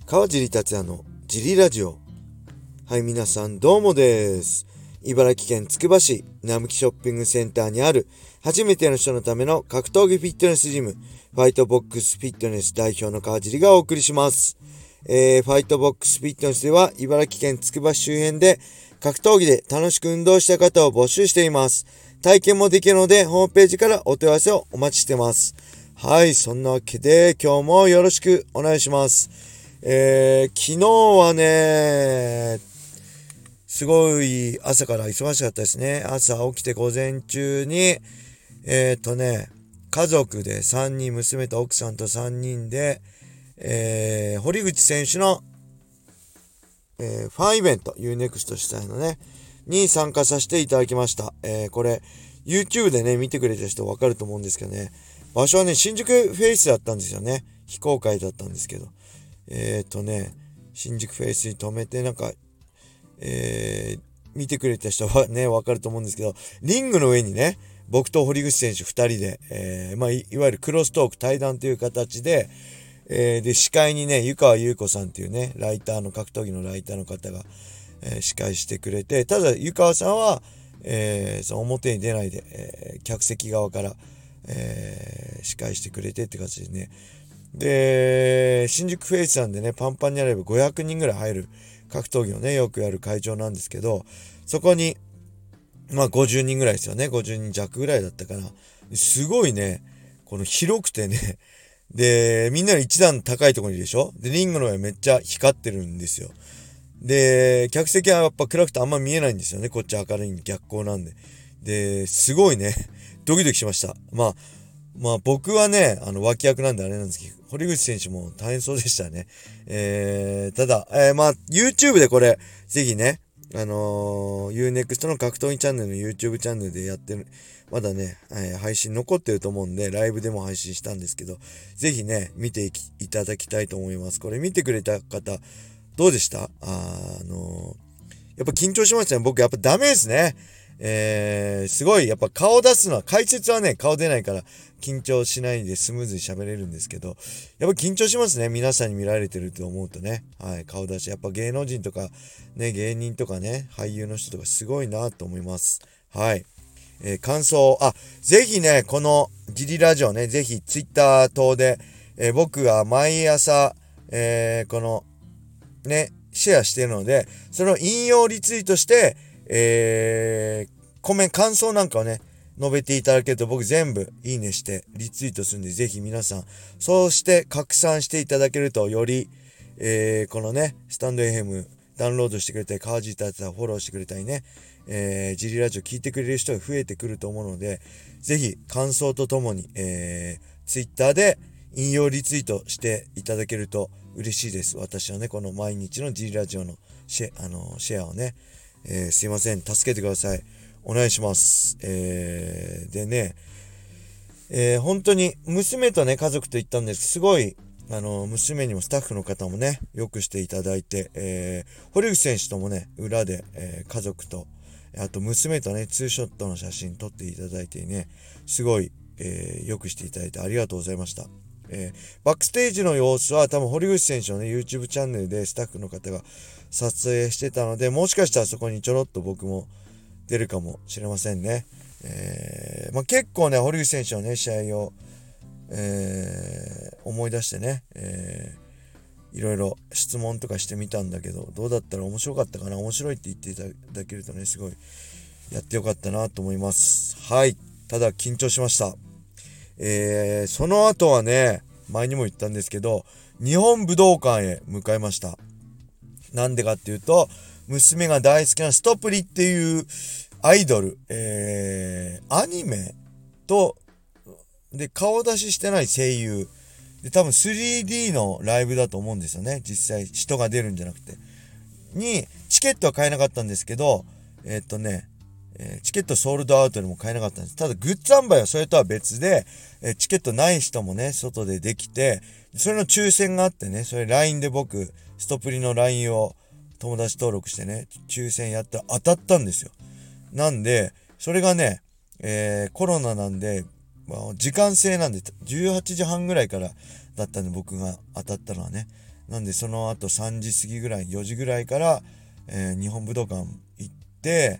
川尻達也のジリラジオ。はい、皆さんどうもです。茨城県つくば市並木ショッピングセンターにある初めての人のための格闘技フィットネスジム、ファイトボックスフィットネス代表の川尻がお送りします。ファイトボックスフィットネスでは茨城県つくば市周辺で格闘技で楽しく運動した方を募集しています。体験もできるのでホームページからお問い合わせをお待ちしてます。はい、そんなわけで今日もよろしくお願いします。昨日はね、すごい朝から忙しかったですね。朝起きて午前中に、家族で3人、娘と奥さんと3人で、堀口選手の、ファンイベント、UNEXT 主催のね、に参加させていただきました。これ、YouTube でね、見てくれた人わかると思うんですけどね、場所はね、新宿フェイスだったんですよね。非公開だったんですけど。新宿フェイスに止めて、見てくれた人はね、わかると思うんですけど、リングの上にね、僕と堀口選手2人で、いわゆるクロストーク対談という形で、で、司会にね、湯川優子さんっていうね、ライターの、格闘技のライターの方が、司会してくれて、ただ、湯川さんは、その表に出ないで、客席側から、司会してくれてって感じでね、で、新宿フェイスなんでね、パンパンになれば500人ぐらい入る格闘技をね、よくやる会場なんですけど、そこに、50人ぐらいですよね。50人弱ぐらいだったかな。すごいね、この広くてね、で、みんなの一段高いところにいるでしょ。で、リングの上めっちゃ光ってるんですよ。で、客席はやっぱ暗くてあんま見えないんですよね。こっち明るい逆光なんで。で、すごいね、ドキドキしました。僕はね、脇役なんであれなんですけど、堀口選手も大変そうでしたね。ただ、YouTube でこれ、ぜひね、UNEXT の格闘技チャンネルの YouTube チャンネルでやってる、まだね、配信残ってると思うんで、ライブでも配信したんですけど、ぜひね、見ていただきたいと思います。これ見てくれた方、どうでした？やっぱ緊張しましたね。僕やっぱダメですね。すごい、やっぱ顔出すのは、解説はね、顔出ないから緊張しないでスムーズに喋れるんですけど、やっぱ緊張しますね。皆さんに見られてると思うとね。はい、顔出し。やっぱ芸能人とか、ね、芸人とかね、俳優の人とかすごいなと思います。はい。感想、ぜひね、このジリラジオね、ぜひツイッター等で、僕が毎朝、この、ね、シェアしているので、その引用リツイートして、感想なんかをね、述べていただけると僕全部いいねしてリツイートするんで、ぜひ皆さん、そうして拡散していただけるとより、このね、スタンド FM ダウンロードしてくれたり、川尻達也フォローしてくれたりね、ジリラジオ聞いてくれる人が増えてくると思うので、ぜひ感想とともに、ツイッターで引用リツイートしていただけると嬉しいです。私はね、この毎日のジリラジオのシェアをね、すいません、助けてください。お願いします。でね、本当に娘とね、家族と行ったんです。すごい、娘にもスタッフの方もね、よくしていただいて、堀口選手ともね、裏で、家族と、あと娘とね、ツーショットの写真撮っていただいてね、すごい、よくしていただいてありがとうございました。バックステージの様子は多分堀口選手のね、YouTube チャンネルでスタッフの方が撮影してたので、もしかしたらそこにちょろっと僕も出るかもしれませんね。結構ね、堀口選手のね、試合を、思い出してね、いろいろ質問とかしてみたんだけど、どうだったら面白かったかな、面白いって言っていただけるとね、すごいやってよかったなと思います。はい。ただ緊張しました。その後はね、前にも言ったんですけど、日本武道館へ向かいました。なんでかっていうと、娘が大好きなストプリっていうアイドル、アニメと、で、顔出ししてない声優。で、多分 3D のライブだと思うんですよね。実際、人が出るんじゃなくて。チケットは買えなかったんですけど、チケットソールドアウトでも買えなかったんです。ただ、グッズ販売はそれとは別で、チケットない人もね、外でできて、それの抽選があってね、それ LINE で僕、ストプリの LINE を友達登録してね、抽選やったら当たったんですよ。なんで、それがね、コロナなんで、時間制なんで、18時半ぐらいからだったんで僕が当たったのはね。 なんでその後3時過ぎぐらい、4時ぐらいから、日本武道館行って、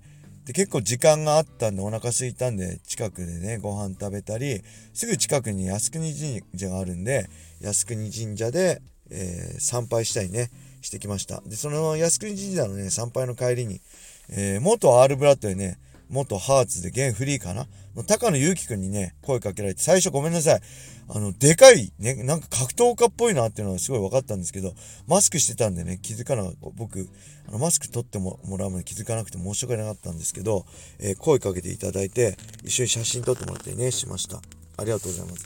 で結構時間があったんでお腹空いたんで、近くでねご飯食べたり、すぐ近くに靖国神社があるんで、靖国神社で、参拝したりねしてきました。でその靖国神社のね参拝の帰りに、元 R ブラッドでね、元ハーツで現フリーかなの高野祐希くんにね声かけられて、最初ごめんなさい、でかいね、なんか格闘家っぽいなっていうのがすごい分かったんですけど、マスクしてたんでね気づかなかった。僕マスク取ってもらうまで気づかなくて申し訳なかったんですけど、声かけていただいて一緒に写真撮ってもらったりねしました。ありがとうございます。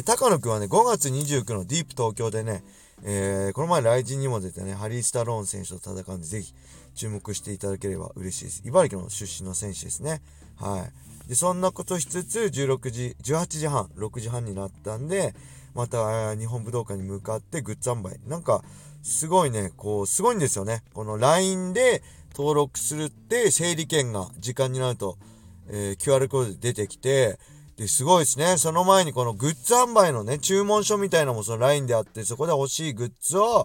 高野くんはね5月29のディープ東京でね、この前来人にも出てねハリー・スタローン選手と戦うんで、ぜひ注目していただければ嬉しいです。茨城の出身の選手ですね。はい。でそんなことしつつ18時半6時半になったんで、また日本武道館に向かってグッズ販売、なんかすごいね、こうすごいんですよね。この LINE で登録するって整理券が時間になると、QR コードで出てきて、ですごいですね。その前にこのグッズ販売のね注文書みたいなのもその LINE であって、そこで欲しいグッズを、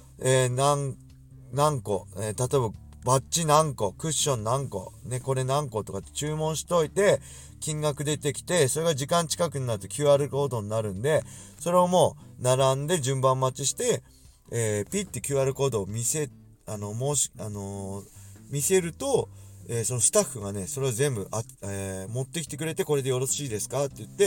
何個、例えばバッジ何個、クッション何個、ね、これ何個とかって注文しといて、金額出てきて、それが時間近くになると QR コードになるんで、それをもう並んで順番待ちして、ピッて QR コードを見せると、そのスタッフがね、それを全部持ってきてくれて、これでよろしいですかって言って、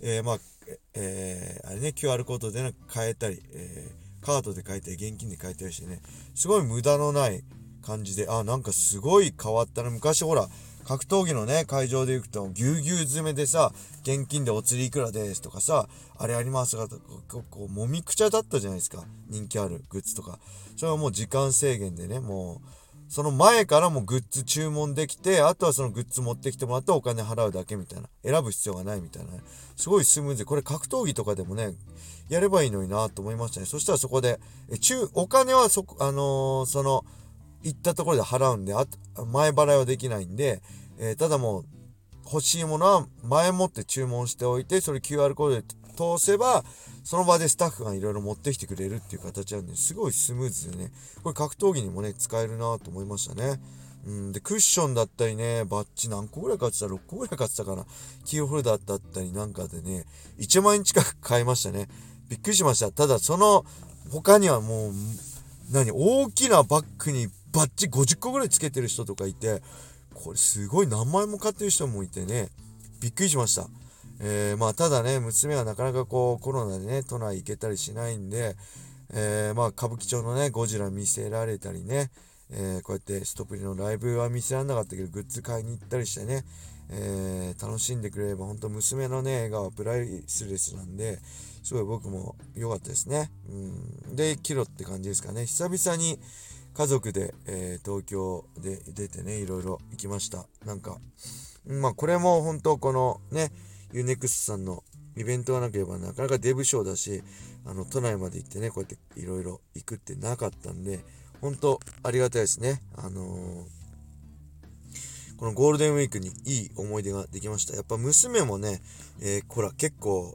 あれね、QR コードで変えたり、カードで変えたり、現金で変えたりしてね、すごい無駄のない感じで、なんかすごい変わったな。昔ほら、格闘技のね、会場で行くと、ぎゅうぎゅう詰めでさ、現金でお釣りいくらですとかさ、あれありますが、こう、もみくちゃだったじゃないですか。人気あるグッズとか。それはもう時間制限でね、もう、その前からもグッズ注文できて、あとはそのグッズ持ってきてもらってお金払うだけみたいな。選ぶ必要がないみたいなね。すごいスムーズで、これ格闘技とかでもね、やればいいのになと思いましたね。そしたらそこで、お金はその、行ったところで払うんで、前払いはできないんで、ただもう欲しいものは前もって注文しておいて、それ QR コードで通せば、その場でスタッフがいろいろ持ってきてくれるっていう形なんで、すごいスムーズでね、これ格闘技にもね、使えるなと思いましたね。で、クッションだったりね、バッジ何個ぐらい買ってた？ 6 個ぐらい買ってたかな。キーホルダーだったりなんかでね、1万円近く買いましたね。びっくりしました。ただ、その他にはもう、大きなバッグにバッジ50個ぐらいつけてる人とかいて、これすごい何万円も買ってる人もいてね、びっくりしました。ただね、娘はなかなかこうコロナでね、都内行けたりしないんで、歌舞伎町のね、ゴジラ見せられたりね、こうやってストプリのライブは見せられなかったけど、グッズ買いに行ったりしてね、楽しんでくれれば、本当娘のね、笑顔はプライスレスなんで、すごい僕も良かったですね。で、キロって感じですかね。久々に家族で、東京で出てね、いろいろ行きました。なんか、これも本当このね、ユーネクストさんのイベントがなければなかなかデブショーだし、都内まで行ってね、こうやっていろいろ行くってなかったんで、本当ありがたいですね。このゴールデンウィークにいい思い出ができました。やっぱ娘もね、ほら結構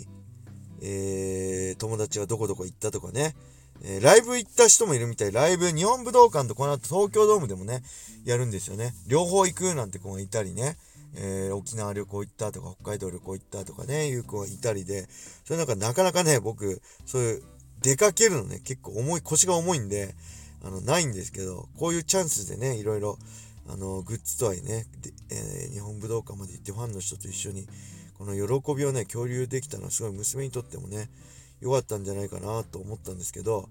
友達がどこどこ行ったとかね、ライブ行った人もいるみたい。ライブ、日本武道館とこの後東京ドームでもね、やるんですよね。両方行くなんて子がいたりね、沖縄旅行行ったとか、北海道旅行行ったとかね、いう子がいたりで、それなんかなかなかね、僕、そういう出かけるのね、結構腰が重いんで、ないんですけど、こういうチャンスでね、いろいろ、グッズとはいえね、日本武道館まで行ってファンの人と一緒に、この喜びをね、共有できたのはすごい娘にとってもね、良かったんじゃないかなと思ったんですけど、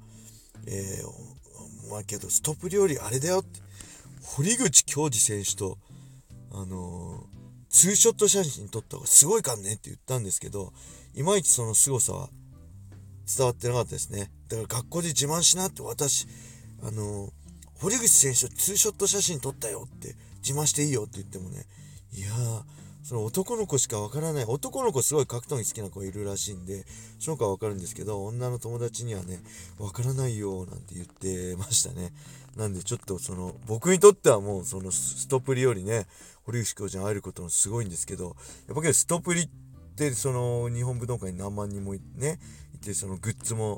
けどストップ料理あれだよって、堀口恭司選手とツーショット写真撮った方がすごいかんねって言ったんですけど、いまいちその凄さは伝わってなかったですね。だから学校で自慢しなって、私堀口選手とツーショット写真撮ったよって自慢していいよって言ってもね、いやー、その男の子しかわからない。男の子すごい格闘技好きな子いるらしいんで、その子はわかるんですけど、女の友達にはね、わからないよなんて言ってましたね。なんでちょっと僕にとってはもうストプリよりね、堀口教授に会えることもすごいんですけど、やっぱけどストプリって日本武道館に何万人もね、いて、そのグッズも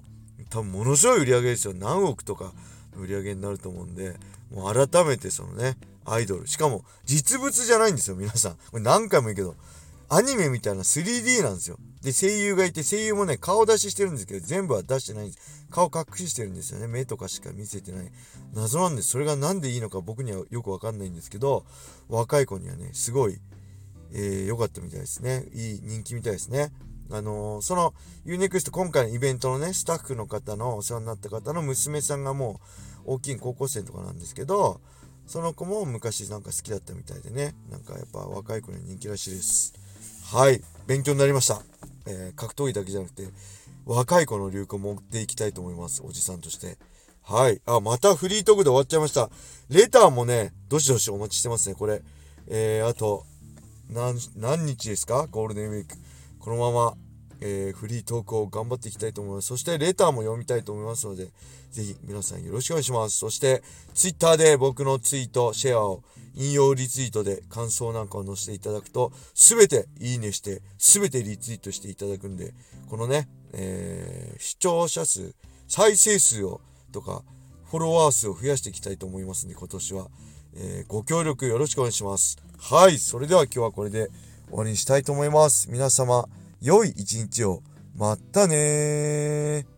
多分ものすごい売り上げですよ。何億とかの売り上げになると思うんで、もう改めてそのね、アイドル。しかも実物じゃないんですよ、皆さん。これ何回も言うけど、アニメみたいな 3D なんですよ。で、声優がいて、声優もね、顔出ししてるんですけど、全部は出してないんです。顔隠してるんですよね。目とかしか見せてない。謎なんです。それがなんでいいのか僕にはよくわかんないんですけど、若い子にはね、すごい、良かったみたいですね。いい人気みたいですね。その UNEXT 今回のイベントのね、スタッフの方のお世話になった方の娘さんがもう大きい高校生とかなんですけど、その子も昔なんか好きだったみたいでね、なんかやっぱ若い子に人気らしいです。はい、勉強になりました。格闘技だけじゃなくて若い子の流行を持っていきたいと思います。おじさんとして。はい。またフリートークで終わっちゃいました。レターもね、どしどしお待ちしてますね、これ。あと、何日ですか？ゴールデンウィーク。このまま、フリートークを頑張っていきたいと思います。そしてレターも読みたいと思いますので、ぜひ皆さんよろしくお願いします。そして、ツイッターで僕のツイート、シェアを引用リツイートで感想なんかを載せていただくと、すべていいねして、すべてリツイートしていただくんで、このね、視聴者数、再生数をとか、フォロワー数を増やしていきたいと思いますので、今年は、ご協力よろしくお願いします。はい、それでは今日はこれで終わりにしたいと思います。皆様、良い一日を。またねー。